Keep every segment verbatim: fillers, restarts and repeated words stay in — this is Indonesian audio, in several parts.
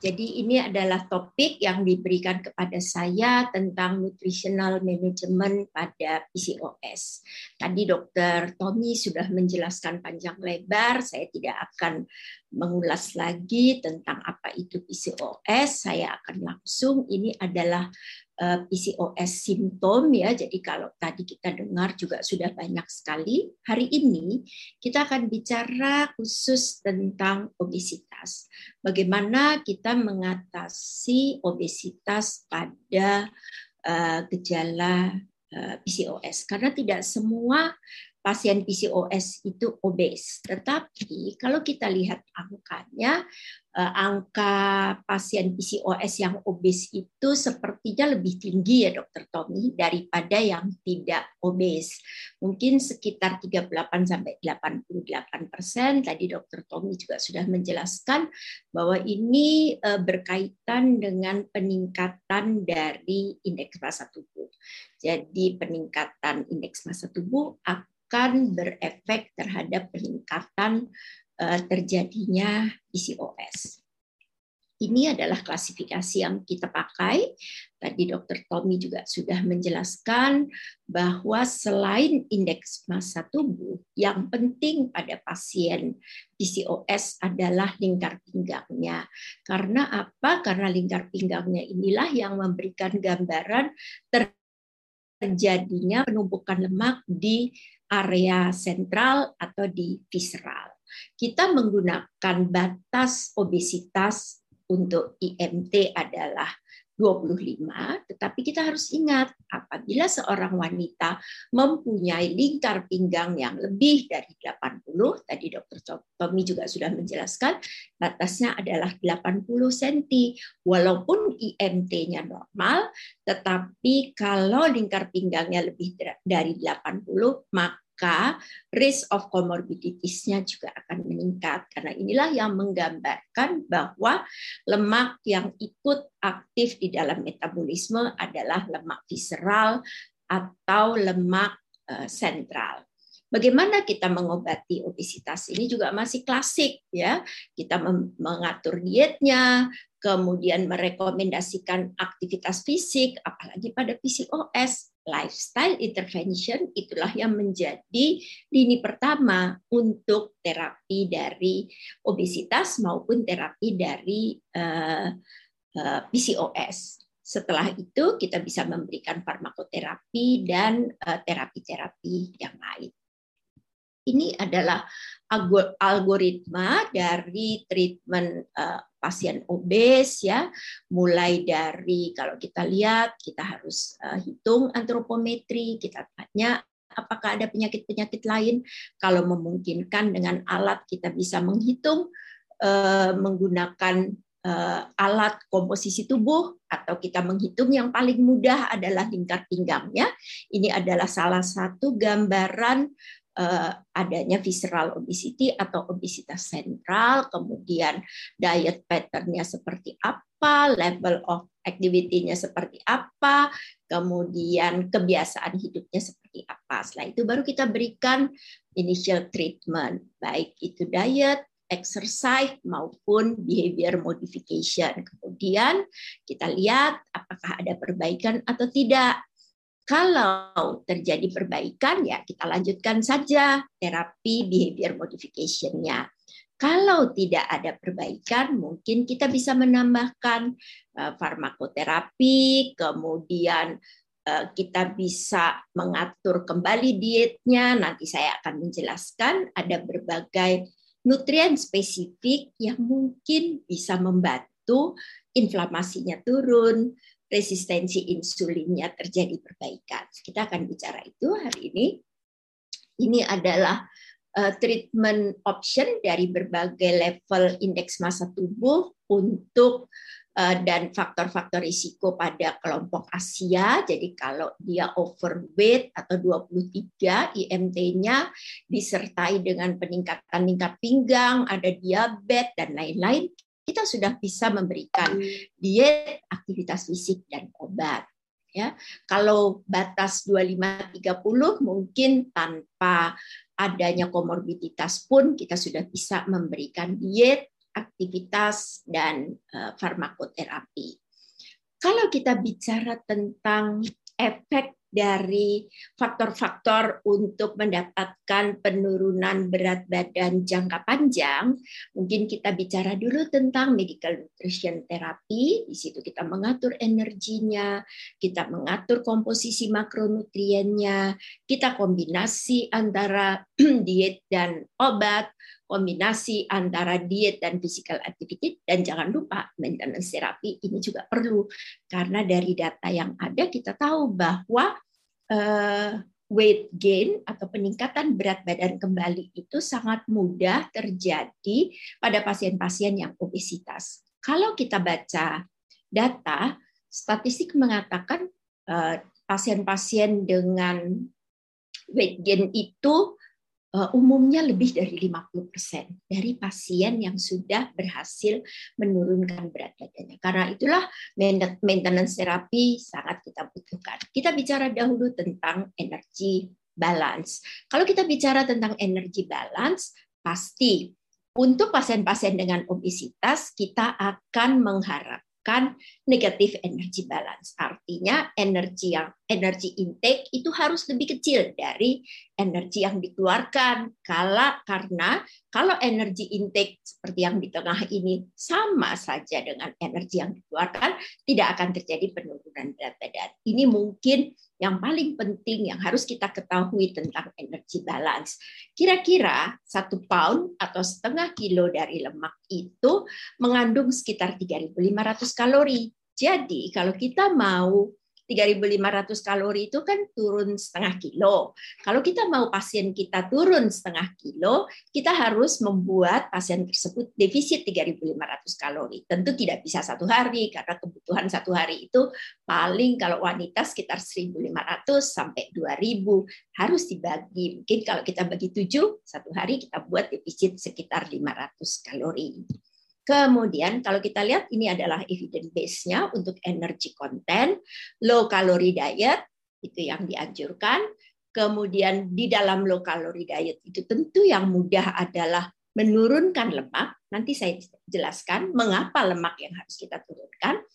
Jadi ini adalah topik yang diberikan kepada saya tentang nutritional management pada P C O S. Tadi Dokter Tommy sudah menjelaskan panjang lebar, saya tidak akan mengulas lagi tentang apa itu P C O S. Saya akan langsung, ini adalah P C O S simptom ya. Jadi kalau tadi kita dengar juga sudah banyak sekali. Hari ini kita akan bicara khusus tentang obesitas. Bagaimana kita mengatasi obesitas pada uh, gejala uh, P C O S. Karena tidak semua pasien P C O S itu obes. Tetapi kalau kita lihat angkanya, angka pasien P C O S yang obes itu sepertinya lebih tinggi ya Dokter Tommy daripada yang tidak obes. Mungkin sekitar tiga puluh delapan sampai delapan puluh delapan persen. Tadi Dokter Tommy juga sudah menjelaskan bahwa ini berkaitan dengan peningkatan dari indeks massa tubuh. Jadi peningkatan indeks massa tubuh akan akan berefek terhadap peningkatan uh, terjadinya P C O S. Ini adalah klasifikasi yang kita pakai. Tadi Dokter Tommy juga sudah menjelaskan bahwa selain indeks massa tubuh, yang penting pada pasien P C O S adalah lingkar pinggangnya. Karena apa? Karena lingkar pinggangnya inilah yang memberikan gambaran terjadinya penumpukan lemak di area sentral atau di visceral. Kita menggunakan batas obesitas untuk I M T adalah dua puluh lima, tetapi kita harus ingat apabila seorang wanita mempunyai lingkar pinggang yang lebih dari delapan puluh, tadi Dokter Tommy juga sudah menjelaskan, batasnya adalah delapan puluh sentimeter. Walaupun I M T-nya normal, tetapi kalau lingkar pinggangnya lebih dari delapan puluh, maka risk of comorbidities-nya juga akan meningkat. Karena inilah yang menggambarkan bahwa lemak yang ikut aktif di dalam metabolisme adalah lemak visceral atau lemak uh, sentral. Bagaimana kita mengobati obesitas ini juga masih klasik ya. Kita mengatur dietnya, kemudian merekomendasikan aktivitas fisik, apalagi pada P C O S. Lifestyle intervention itulah yang menjadi lini pertama untuk terapi dari obesitas maupun terapi dari uh, uh, P C O S. Setelah itu kita bisa memberikan farmakoterapi dan uh, terapi-terapi yang lain. Ini adalah algoritma dari treatment uh, pasien obes ya, mulai dari kalau kita lihat kita harus uh, hitung antropometri, kita tanya apakah ada penyakit-penyakit lain, kalau memungkinkan dengan alat kita bisa menghitung uh, menggunakan uh, alat komposisi tubuh atau kita menghitung yang paling mudah adalah lingkar pinggang ya. Ini adalah salah satu gambaran Uh, adanya visceral obesity atau obesitas sentral, kemudian diet pattern-nya seperti apa, level of activity-nya seperti apa, kemudian kebiasaan hidupnya seperti apa. Setelah itu baru kita berikan initial treatment, baik itu diet, exercise maupun behavior modification. Kemudian kita lihat apakah ada perbaikan atau tidak. Kalau terjadi perbaikan, ya kita lanjutkan saja terapi behavior modification-nya. Kalau tidak ada perbaikan, mungkin kita bisa menambahkan farmakoterapi, kemudian kita bisa mengatur kembali dietnya. Nanti saya akan menjelaskan ada berbagai nutrien spesifik yang mungkin bisa membantu inflamasinya turun, resistensi insulinnya terjadi perbaikan. Kita akan bicara itu hari ini. Ini adalah uh, treatment option dari berbagai level indeks massa tubuh untuk uh, dan faktor-faktor risiko pada kelompok Asia. Jadi kalau dia overweight atau dua puluh tiga, I M T-nya disertai dengan peningkatan lingkar pinggang, ada diabetes dan lain-lain, kita sudah bisa memberikan diet, aktivitas fisik, dan obat. Ya, kalau batas dua puluh lima tiga puluh mungkin tanpa adanya komorbiditas pun kita sudah bisa memberikan diet, aktivitas, dan uh, farmakoterapi. Kalau kita bicara tentang efek dari faktor-faktor untuk mendapatkan penurunan berat badan jangka panjang, mungkin kita bicara dulu tentang medical nutrition therapy. Di situ kita mengatur energinya, kita mengatur komposisi makronutriennya, kita kombinasi antara diet dan obat, kombinasi antara diet dan physical activity, dan jangan lupa maintenance therapy ini juga perlu, karena dari data yang ada kita tahu bahwa uh, weight gain atau peningkatan berat badan kembali itu sangat mudah terjadi pada pasien-pasien yang obesitas. Kalau kita baca data, statistik mengatakan uh, pasien-pasien dengan weight gain itu Uh, umumnya lebih dari lima puluh persen dari pasien yang sudah berhasil menurunkan berat badannya. Karena itulah maintenance terapi sangat kita butuhkan. Kita bicara dahulu tentang energy balance. Kalau kita bicara tentang energy balance, pasti untuk pasien-pasien dengan obesitas kita akan mengharapkan negatif energy balance. Artinya energi yang energi intake itu harus lebih kecil dari energi yang dikeluarkan. Kala, karena kalau energi intake seperti yang di tengah ini sama saja dengan energi yang dikeluarkan, tidak akan terjadi penurunan berat badan. Ini mungkin yang paling penting yang harus kita ketahui tentang energy balance. Kira-kira satu pound atau setengah kilo dari lemak itu mengandung sekitar tiga ribu lima ratus kalori. Jadi kalau kita mau tiga ribu lima ratus kalori itu kan turun setengah kilo. Kalau kita mau pasien kita turun setengah kilo, kita harus membuat pasien tersebut defisit tiga ribu lima ratus kalori. Tentu tidak bisa satu hari, karena kebutuhan satu hari itu paling kalau wanita sekitar seribu lima ratus sampai dua ribu. Harus dibagi. Mungkin kalau kita bagi tujuh, satu hari kita buat defisit sekitar lima ratus kalori. Kemudian kalau kita lihat ini adalah evidence base-nya untuk energy content, low calorie diet itu yang dianjurkan. Kemudian di dalam low calorie diet itu tentu yang mudah adalah menurunkan lemak. Nanti saya jelaskan mengapa lemak yang harus kita turunkan.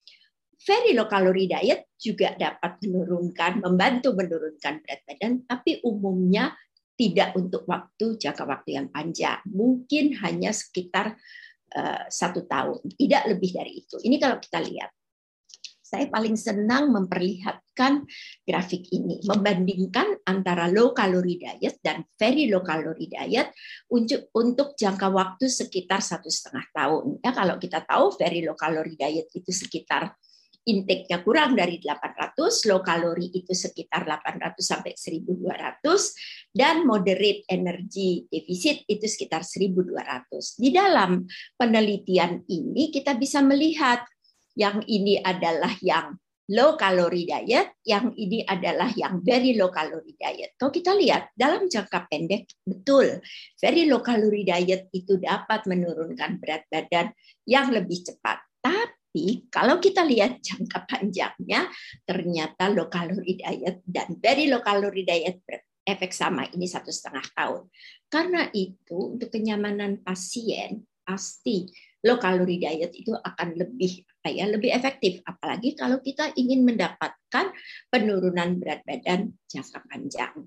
Very low calorie diet juga dapat menurunkan, membantu menurunkan berat badan, tapi umumnya tidak untuk waktu jangka waktu yang panjang. Mungkin hanya sekitar Uh, satu tahun, tidak lebih dari itu. Ini kalau kita lihat, saya paling senang memperlihatkan grafik ini, membandingkan antara low calorie diet dan very low calorie diet untuk untuk jangka waktu sekitar satu setengah tahun. Ya, kalau kita tahu very low calorie diet itu sekitar intake-nya kurang dari delapan ratus, low kalori itu sekitar delapan ratus sampai seribu dua ratus, dan moderate energy deficit itu sekitar seribu dua ratus. Di dalam penelitian ini kita bisa melihat yang ini adalah yang low calorie diet, yang ini adalah yang very low calorie diet. Kalau kita lihat dalam jangka pendek, betul, very low calorie diet itu dapat menurunkan berat badan yang lebih cepat. Tapi Tapi kalau kita lihat jangka panjangnya, ternyata low calorie diet dan very low calorie diet berefek sama, ini satu setengah tahun. Karena itu untuk kenyamanan pasien pasti low calorie diet itu akan lebih apa ya, lebih efektif. Apalagi kalau kita ingin mendapatkan penurunan berat badan jangka panjang.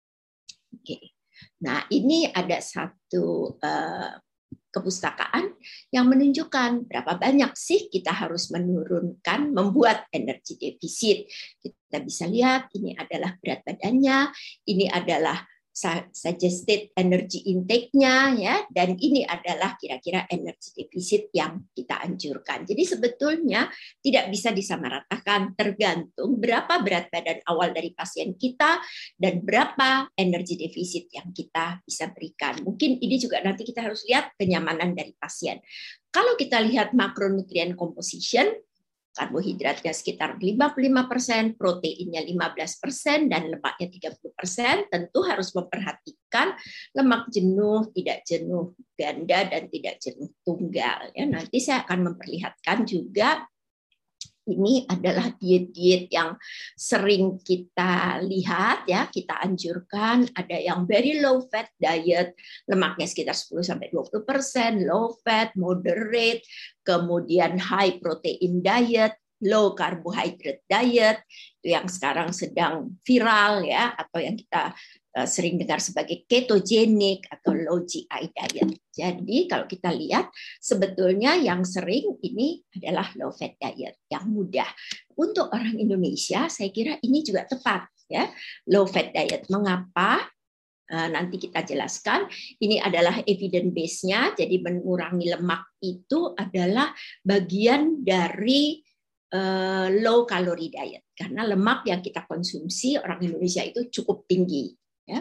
Oke, nah ini ada satu uh, kepustakaan yang menunjukkan berapa banyak sih kita harus menurunkan, membuat energi defisit. Kita bisa lihat ini adalah berat badannya, ini adalah suggested energy intake-nya, ya, dan ini adalah kira-kira energi defisit yang kita anjurkan. Jadi sebetulnya tidak bisa disamaratakan, tergantung berapa berat badan awal dari pasien kita dan berapa energi defisit yang kita bisa berikan. Mungkin ini juga nanti kita harus lihat kenyamanan dari pasien. Kalau kita lihat macronutrient composition, karbohidratnya sekitar lima puluh lima persen, proteinnya lima belas persen, dan lemaknya tiga puluh persen, tentu harus memperhatikan lemak jenuh, tidak jenuh ganda, dan tidak jenuh tunggal. Ya, nanti saya akan memperlihatkan juga Ini adalah diet-diet yang sering kita lihat ya, kita anjurkan. Ada yang very low fat diet, lemaknya sekitar sepuluh sampai dua puluh persen, low fat, moderate, kemudian high protein diet, low carbohydrate diet, itu yang sekarang sedang viral ya, atau yang kita sering dengar sebagai ketogenic atau low G I diet. Jadi kalau kita lihat sebetulnya yang sering ini adalah low fat diet yang mudah. Untuk orang Indonesia saya kira ini juga tepat ya, low fat diet. Mengapa? Nanti kita jelaskan. Ini adalah evidence base-nya. Jadi mengurangi lemak itu adalah bagian dari low calorie diet karena lemak yang kita konsumsi orang Indonesia itu cukup tinggi. Ya,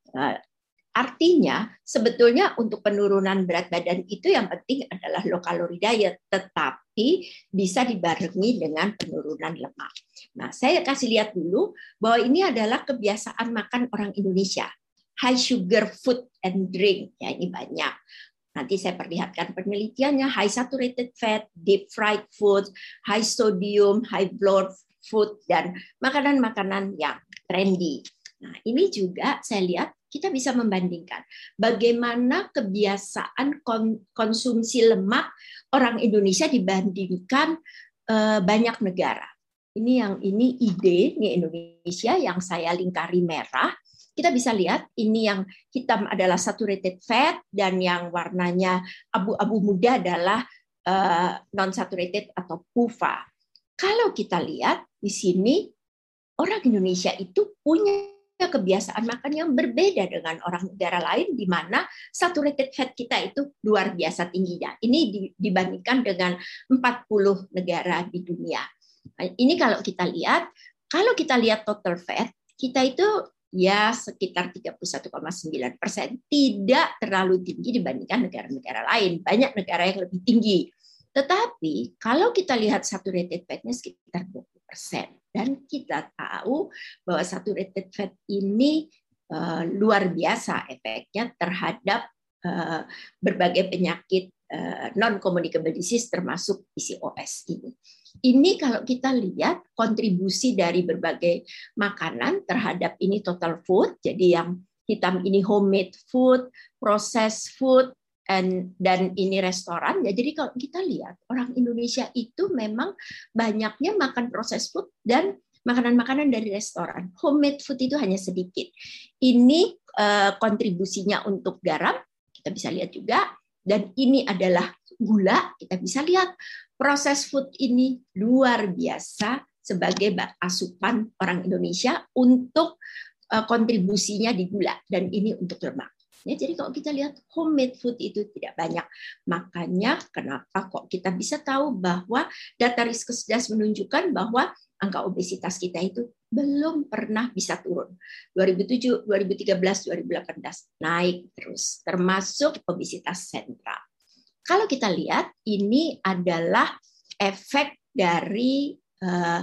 artinya sebetulnya untuk penurunan berat badan itu yang penting adalah low calorie diet, tetapi bisa dibarengi dengan penurunan lemak. Nah, saya kasih lihat dulu bahwa ini adalah kebiasaan makan orang Indonesia, high sugar food and drink. Ya, ini banyak. Nanti saya perlihatkan penelitiannya, high saturated fat, deep fried food, high sodium, high blood food, dan makanan-makanan yang trendy. Nah, ini juga saya lihat kita bisa membandingkan bagaimana kebiasaan konsumsi lemak orang Indonesia dibandingkan banyak negara. Ini yang ini ide ini Indonesia yang saya lingkari merah. Kita bisa lihat ini yang hitam adalah saturated fat dan yang warnanya abu-abu muda adalah non saturated atau P U F A. Kalau kita lihat di sini orang Indonesia itu punya kebiasaan makan yang berbeda dengan orang negara lain di mana saturated fat kita itu luar biasa tingginya. Ini dibandingkan dengan empat puluh negara di dunia. Ini kalau kita lihat, kalau kita lihat total fat, kita itu ya sekitar tiga puluh satu koma sembilan persen. Tidak terlalu tinggi dibandingkan negara-negara lain. Banyak negara yang lebih tinggi. Tetapi kalau kita lihat saturated fat-nya sekitar dua puluh persen. Dan kita tahu bahwa saturated fat ini uh, luar biasa efeknya terhadap uh, berbagai penyakit uh, non-communicable disease termasuk P C O S ini. Ini kalau kita lihat kontribusi dari berbagai makanan terhadap ini total food, jadi yang hitam ini homemade food, processed food, dan ini restoran. Ya, jadi kalau kita lihat orang Indonesia itu memang banyaknya makan processed food dan makanan-makanan dari restoran. Homemade food itu hanya sedikit. Ini uh, kontribusinya untuk garam, kita bisa lihat juga. Dan ini adalah gula, kita bisa lihat. Processed food ini luar biasa sebagai asupan orang Indonesia untuk uh, kontribusinya di gula. Dan ini untuk lemak. Ya, jadi kalau kita lihat homemade food itu tidak banyak. Makanya kenapa kok kita bisa tahu bahwa data Riskesdas menunjukkan bahwa angka obesitas kita itu belum pernah bisa turun. dua ribu tujuh, dua ribu tiga belas, dua ribu delapan belas naik terus, termasuk obesitas sentral. Kalau kita lihat ini adalah efek dari uh,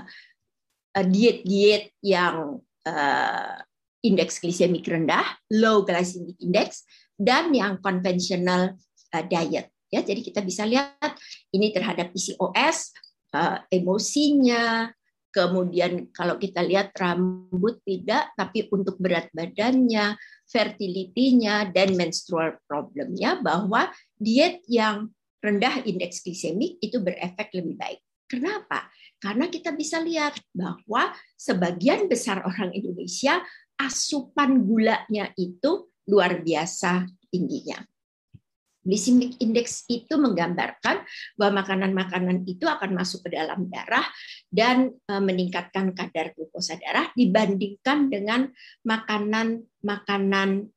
diet-diet yang uh, indeks glisemik rendah, low glycemic index, dan yang konvensional diet. Ya, jadi kita bisa lihat ini terhadap P C O S, emosinya, kemudian kalau kita lihat rambut tidak, tapi untuk berat badannya, fertility-nya, dan menstrual problemnya, bahwa diet yang rendah indeks glisemik itu berefek lebih baik. Kenapa? Karena kita bisa lihat bahwa sebagian besar orang Indonesia asupan gulanya itu luar biasa tingginya. Glycemic index itu menggambarkan bahwa makanan-makanan itu akan masuk ke dalam darah dan meningkatkan kadar glukosa darah dibandingkan dengan makanan-makanan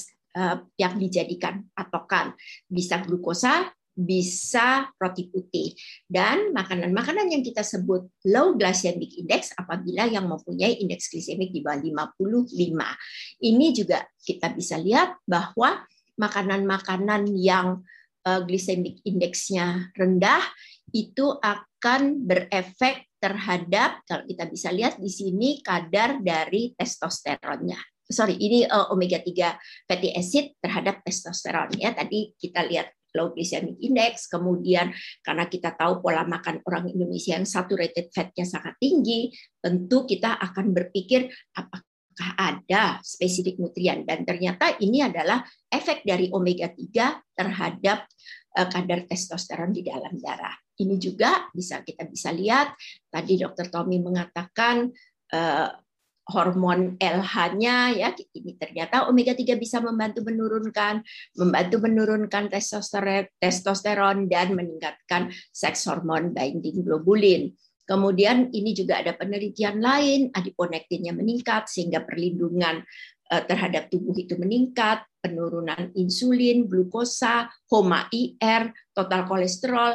yang dijadikan patokan. Bisa glukosa, bisa roti putih, dan makanan-makanan yang kita sebut low glycemic index apabila yang mempunyai indeks glisemik di bawah lima puluh lima. Ini juga kita bisa lihat bahwa makanan-makanan yang glycemic indeksnya rendah itu akan berefek terhadap, kalau kita bisa lihat di sini kadar dari testosteronnya. Sorry, ini omega tiga fatty acid terhadap testosteron ya. Tadi kita lihat low glycemic index, kemudian karena kita tahu pola makan orang Indonesia yang saturated fat-nya sangat tinggi, tentu kita akan berpikir apakah ada spesifik nutrien, dan ternyata ini adalah efek dari omega tiga terhadap kadar testosteron di dalam darah. Ini juga bisa kita bisa lihat, tadi dokter Tommy mengatakan uh, hormon L H-nya ya, ini ternyata omega tiga bisa membantu menurunkan membantu menurunkan testosteron testosteron dan meningkatkan seks hormon binding globulin. Kemudian ini juga ada penelitian lain, adiponektinnya meningkat sehingga perlindungan terhadap tubuh itu meningkat, penurunan insulin, glukosa, HOMA-I R, total kolesterol,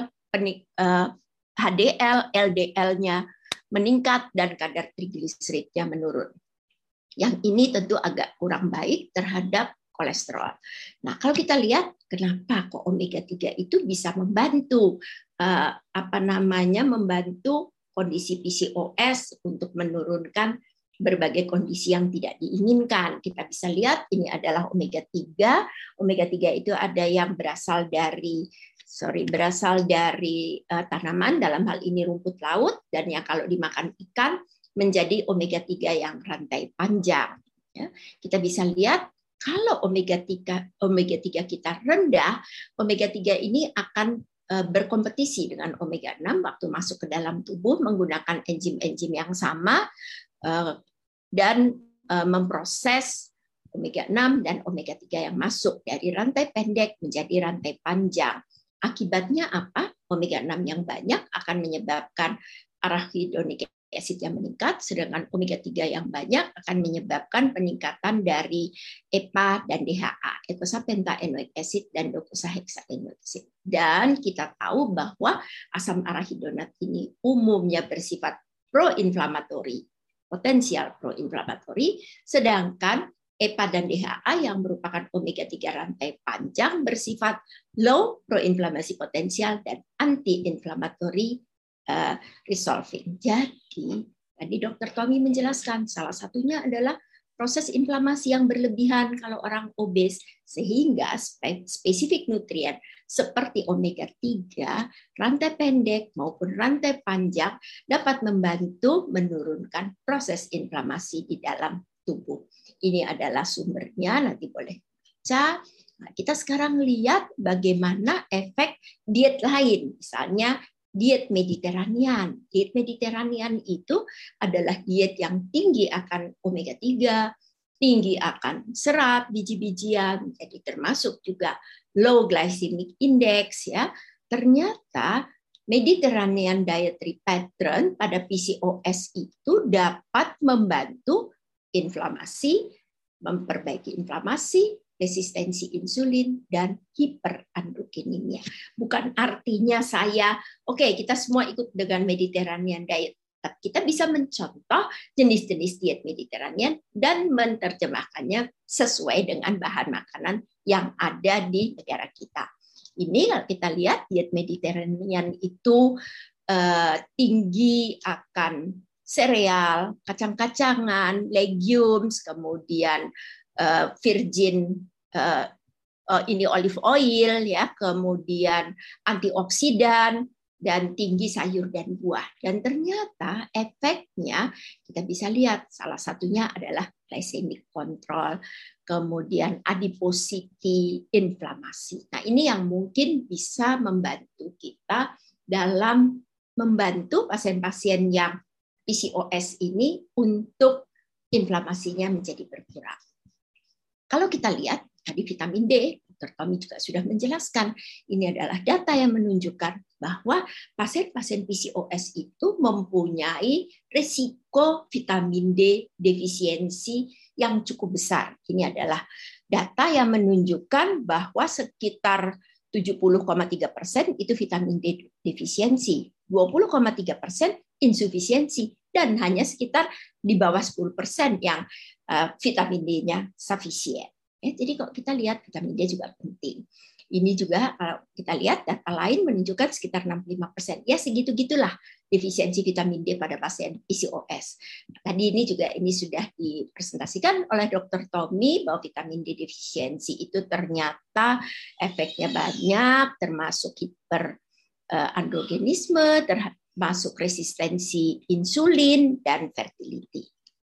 H D L, L D L-nya meningkat, dan kadar trigliseridnya menurun. Yang ini tentu agak kurang baik terhadap kolesterol. Nah, kalau kita lihat kenapa kok omega tiga itu bisa membantu uh, apa namanya membantu kondisi P C O S untuk menurunkan berbagai kondisi yang tidak diinginkan. Kita bisa lihat ini adalah omega tiga. Omega tiga itu ada yang berasal dari sorry berasal dari uh, tanaman, dalam hal ini rumput laut, dan yang kalau dimakan ikan menjadi omega tiga yang rantai panjang. Ya, kita bisa lihat kalau omega tiga omega tiga kita rendah, omega tiga ini akan uh, berkompetisi dengan omega enam waktu masuk ke dalam tubuh menggunakan enzim-enzim yang sama uh, dan uh, memproses omega enam dan omega tiga yang masuk dari rantai pendek menjadi rantai panjang. Akibatnya apa? Omega enam yang banyak akan menyebabkan arachidonic acid yang meningkat, sedangkan omega tiga yang banyak akan menyebabkan peningkatan dari E P A dan D H A, eicosapentaenoic acid dan docosahexaenoic acid. Dan kita tahu bahwa asam arachidonat ini umumnya bersifat pro-inflamatori, potensial pro-inflamatori, sedangkan E P A dan D H A yang merupakan omega tiga rantai panjang bersifat low proinflamasi potensial dan anti-inflammatory uh, resolving. Jadi, tadi dokter Tommy menjelaskan salah satunya adalah proses inflamasi yang berlebihan kalau orang obes, sehingga spesifik nutrien seperti omega tiga, rantai pendek maupun rantai panjang dapat membantu menurunkan proses inflamasi di dalam tubuh. Ini adalah sumbernya, nanti boleh baca. Nah, kita sekarang lihat bagaimana efek diet lain, misalnya diet Mediterranean. Diet Mediterranean itu adalah diet yang tinggi akan omega tiga, tinggi akan serat, biji-bijian, jadi termasuk juga low glycemic index ya. Ternyata Mediterranean dietary pattern pada P C O S itu dapat membantu inflamasi, memperbaiki inflamasi, resistensi insulin, dan hiperandrogenemia. Bukan artinya saya, oke okay, kita semua ikut dengan Mediterranean diet. Kita bisa mencontoh jenis-jenis diet Mediterranean dan menerjemahkannya sesuai dengan bahan makanan yang ada di negara kita. Ini kalau kita lihat diet Mediterranean itu uh, tinggi akan sereal, kacang-kacangan, legumes, kemudian uh, virgin uh, uh, ini olive oil ya, kemudian antioksidan dan tinggi sayur dan buah. Dan ternyata efeknya kita bisa lihat salah satunya adalah glycemic control, kemudian adiposity, inflamasi. Nah, ini yang mungkin bisa membantu kita dalam membantu pasien-pasien yang P C O S ini untuk inflamasinya menjadi berkurang. Kalau kita lihat tadi vitamin D, dokter Tommy juga sudah menjelaskan, ini adalah data yang menunjukkan bahwa pasien-pasien P C O S itu mempunyai risiko vitamin D defisiensi yang cukup besar. Ini adalah data yang menunjukkan bahwa sekitar tujuh puluh koma tiga persen itu vitamin D defisiensi, dua puluh koma tiga persen insufisiensi, dan hanya sekitar di bawah sepuluh persen yang uh, vitamin D-nya sufficient. Ya, jadi kalau kita lihat vitamin D juga penting. Ini juga kalau kita lihat data lain menunjukkan sekitar enam puluh lima persen. Ya segitu-gitulah defisiensi vitamin D pada pasien P C O S. Tadi ini juga ini sudah dipresentasikan oleh dokter Tommy bahwa vitamin D defisiensi itu ternyata efeknya banyak, termasuk hiperandrogenisme, termasuk resistensi insulin dan fertility.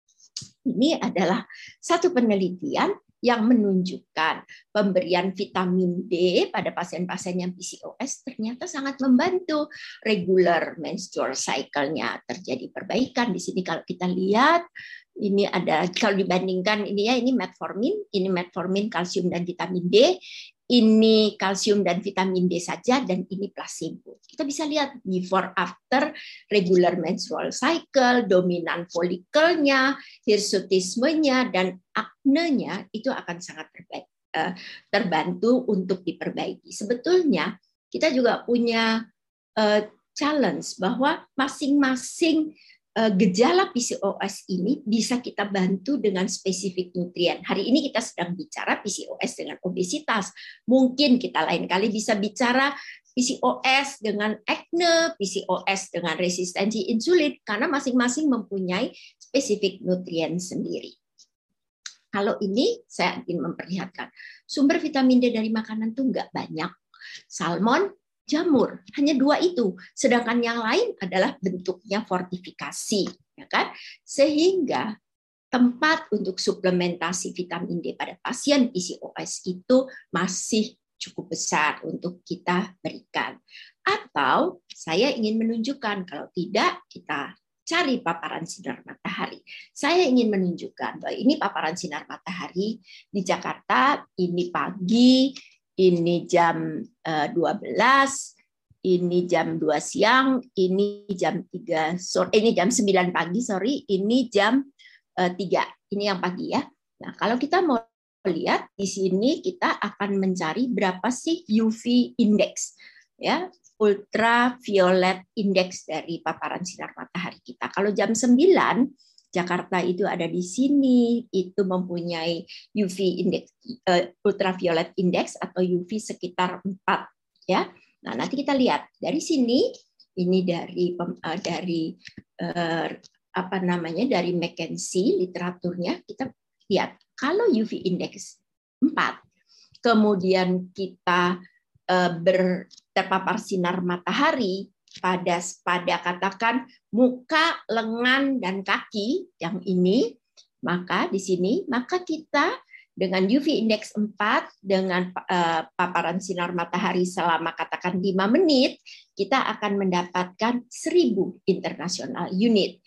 Ini adalah satu penelitian yang menunjukkan pemberian vitamin D pada pasien-pasien yang P C O S ternyata sangat membantu regular menstrual cycle-nya terjadi perbaikan. Di sini kalau kita lihat ini ada kalau dibandingkan ini ya ini metformin, ini metformin, kalsium dan vitamin D. Ini kalsium dan vitamin D saja dan ini placebo. Kita bisa lihat before after regular menstrual cycle, dominan folikelnya, hirsutismenya dan aknenya itu akan sangat terbaik, terbantu untuk diperbaiki. Sebetulnya kita juga punya challenge bahwa masing-masing gejala P C O S ini bisa kita bantu dengan spesifik nutrien. Hari ini kita sedang bicara P C O S dengan obesitas. Mungkin kita lain kali bisa bicara P C O S dengan akne, P C O S dengan resistensi insulin, karena masing-masing mempunyai spesifik nutrien sendiri. Kalau ini saya ingin memperlihatkan, sumber vitamin D dari makanan itu nggak banyak. Salmon, jamur, hanya dua itu. Sedangkan yang lain adalah bentuknya fortifikasi, ya kan? Sehingga tempat untuk suplementasi vitamin D pada pasien P C O S itu masih cukup besar untuk kita berikan. Atau saya ingin menunjukkan kalau tidak kita cari paparan sinar matahari. Saya ingin menunjukkan bahwa ini paparan sinar matahari di Jakarta, ini pagi, ini jam dua belas, ini jam dua siang, ini jam tiga sore, ini jam sembilan pagi, sorry, ini jam tiga. Ini yang pagi ya. Nah, kalau kita mau lihat di sini kita akan mencari berapa sih U V index ya, ultraviolet index dari paparan sinar matahari kita. Kalau jam sembilan Jakarta itu ada di sini, itu mempunyai U V index, uh, ultraviolet index atau U V sekitar empat ya. Nah, nanti kita lihat dari sini, ini dari uh, dari uh, apa namanya dari McKinsey literaturnya, kita lihat kalau U V index empat, kemudian kita uh, ber, terpapar sinar matahari pada pada katakan muka, lengan dan kaki yang ini, maka di sini maka kita dengan U V index empat dengan uh, paparan sinar matahari selama katakan lima menit, kita akan mendapatkan seribu international unit.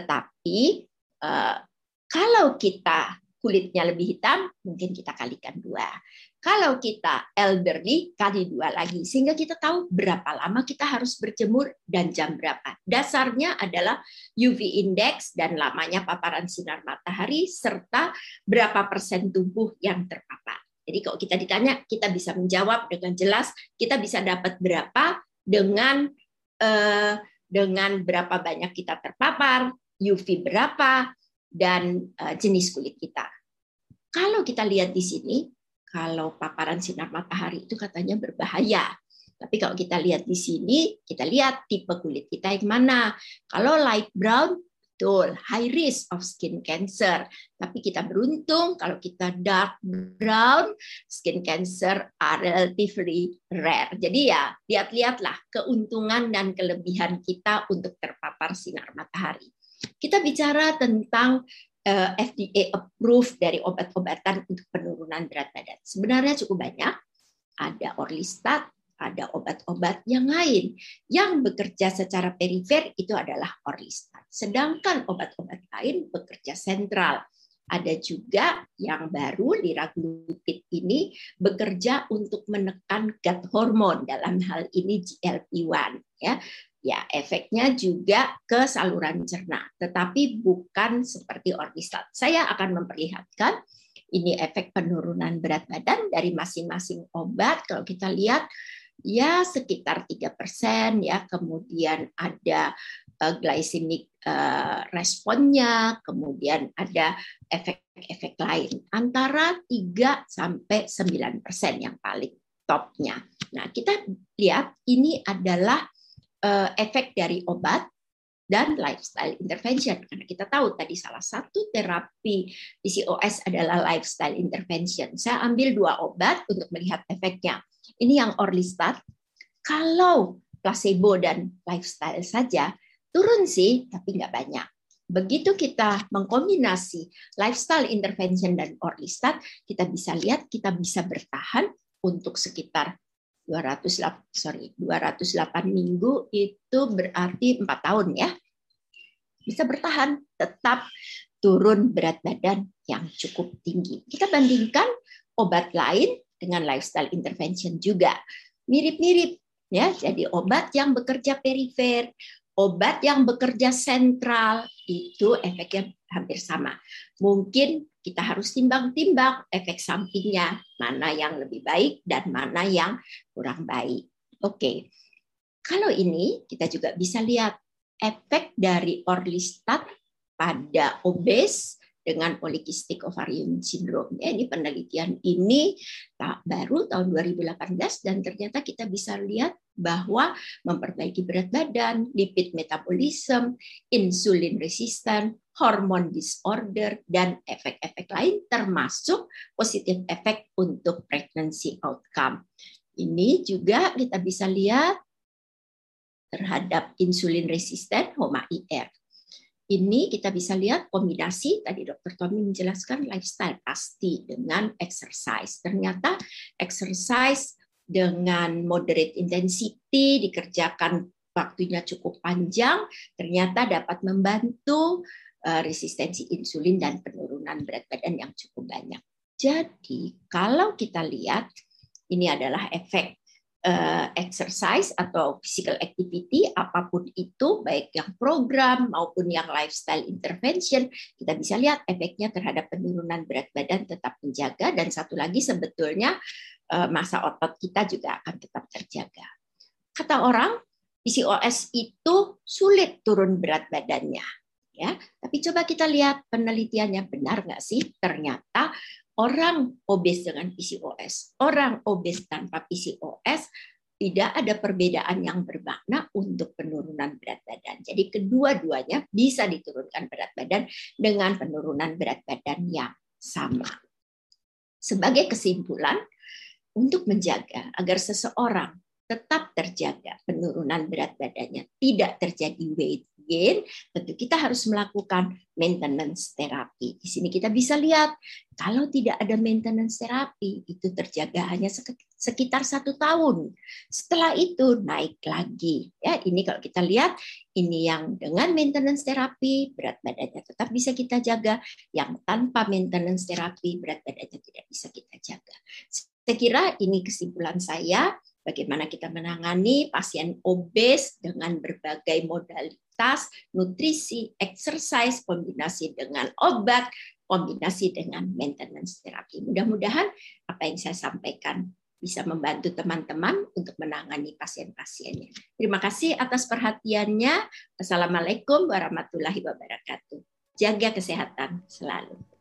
Tetapi uh, kalau kita kulitnya lebih hitam, mungkin kita kalikan dua. Kalau kita elderly, kali dua lagi. Sehingga kita tahu berapa lama kita harus berjemur dan jam berapa. Dasarnya adalah U V index dan lamanya paparan sinar matahari, serta berapa persen tubuh yang terpapar. Jadi kalau kita ditanya, kita bisa menjawab dengan jelas, kita bisa dapat berapa dengan, eh, dengan berapa banyak kita terpapar, U V berapa, dan eh, jenis kulit kita. Kalau kita lihat di sini, kalau paparan sinar matahari itu katanya berbahaya. Tapi kalau kita lihat di sini, kita lihat tipe kulit kita yang mana. Kalau light brown, betul, high risk of skin cancer. Tapi kita beruntung kalau kita dark brown, skin cancer are relatively rare. Jadi ya, lihat-lihatlah keuntungan dan kelebihan kita untuk terpapar sinar matahari. Kita bicara tentang F D A approved dari obat-obatan untuk penurunan berat badan. Sebenarnya cukup banyak. Ada Orlistat, ada obat-obat yang lain. Yang bekerja secara perifer itu adalah Orlistat. Sedangkan obat-obat lain bekerja sentral. Ada juga yang baru liraglutid ini bekerja untuk menekan gut hormone, dalam hal ini G L P satu ya. Ya, efeknya juga ke saluran cerna, tetapi bukan seperti Orlistat. Saya akan memperlihatkan ini efek penurunan berat badan dari masing-masing obat. Kalau kita lihat ya sekitar tiga persen ya, kemudian ada uh, glycemic uh, responnya, kemudian ada efek-efek lain antara tiga sampai sembilan persen yang paling topnya. Nah, kita lihat ini adalah uh, efek dari obat dan lifestyle intervention. Karena kita tahu tadi salah satu terapi P C O S adalah lifestyle intervention. Saya ambil dua obat untuk melihat efeknya. Ini yang Orlistat. Kalau placebo dan lifestyle saja, turun sih, tapi nggak banyak. Begitu kita mengkombinasi lifestyle intervention dan Orlistat, kita bisa lihat kita bisa bertahan untuk sekitar dua ratus, sorry, dua ratus delapan minggu, itu berarti empat tahun ya. Bisa bertahan, tetap turun berat badan yang cukup tinggi. Kita bandingkan obat lain dengan lifestyle intervention juga. Mirip-mirip ya, jadi obat yang bekerja perifer, obat yang bekerja sentral, itu efeknya hampir sama. Mungkin kita harus timbang-timbang efek sampingnya, mana yang lebih baik dan mana yang kurang baik. Oke, kalau ini kita juga bisa lihat efek dari Orlistat pada obes dengan polycystic ovarian syndrome. Ya, ini penelitian ini tak baru tahun dua ribu delapan belas dan ternyata kita bisa lihat bahwa memperbaiki berat badan, lipid metabolisme, insulin resistan, hormon disorder, dan efek-efek lain termasuk positif efek untuk pregnancy outcome. Ini juga kita bisa lihat terhadap insulin resisten, HOMA-I R. Ini kita bisa lihat kombinasi, tadi dokter Tommy menjelaskan lifestyle pasti dengan exercise. Ternyata exercise dengan moderate intensity dikerjakan waktunya cukup panjang, ternyata dapat membantu resistensi insulin dan penurunan berat badan yang cukup banyak. Jadi kalau kita lihat ini adalah efek Uh, exercise atau physical activity, apapun itu, baik yang program maupun yang lifestyle intervention, kita bisa lihat efeknya terhadap penurunan berat badan tetap menjaga, dan satu lagi sebetulnya uh, massa otot kita juga akan tetap terjaga. Kata orang, P C O S itu sulit turun berat badannya, ya. Tapi coba kita lihat penelitiannya, benar nggak sih? Ternyata orang obes dengan P C O S, orang obes tanpa P C O S, tidak ada perbedaan yang bermakna untuk penurunan berat badan. Jadi kedua-duanya bisa diturunkan berat badan dengan penurunan berat badan yang sama. Sebagai kesimpulan, untuk menjaga agar seseorang tetap terjaga penurunan berat badannya, tidak terjadi weight gain, tentu kita harus melakukan maintenance terapi. Di sini kita bisa lihat, kalau tidak ada maintenance terapi, itu terjaga hanya sekitar satu tahun. Setelah itu naik lagi. Ya, ini kalau kita lihat, ini yang dengan maintenance terapi, berat badannya tetap bisa kita jaga. Yang tanpa maintenance terapi, berat badannya tidak bisa kita jaga. Saya kira ini kesimpulan saya, bagaimana kita menangani pasien obes dengan berbagai modalitas, nutrisi, exercise, kombinasi dengan obat, kombinasi dengan maintenance terapi. Mudah-mudahan apa yang saya sampaikan bisa membantu teman-teman untuk menangani pasien-pasiennya. Terima kasih atas perhatiannya. Wassalamualaikum warahmatullahi wabarakatuh. Jaga kesehatan selalu.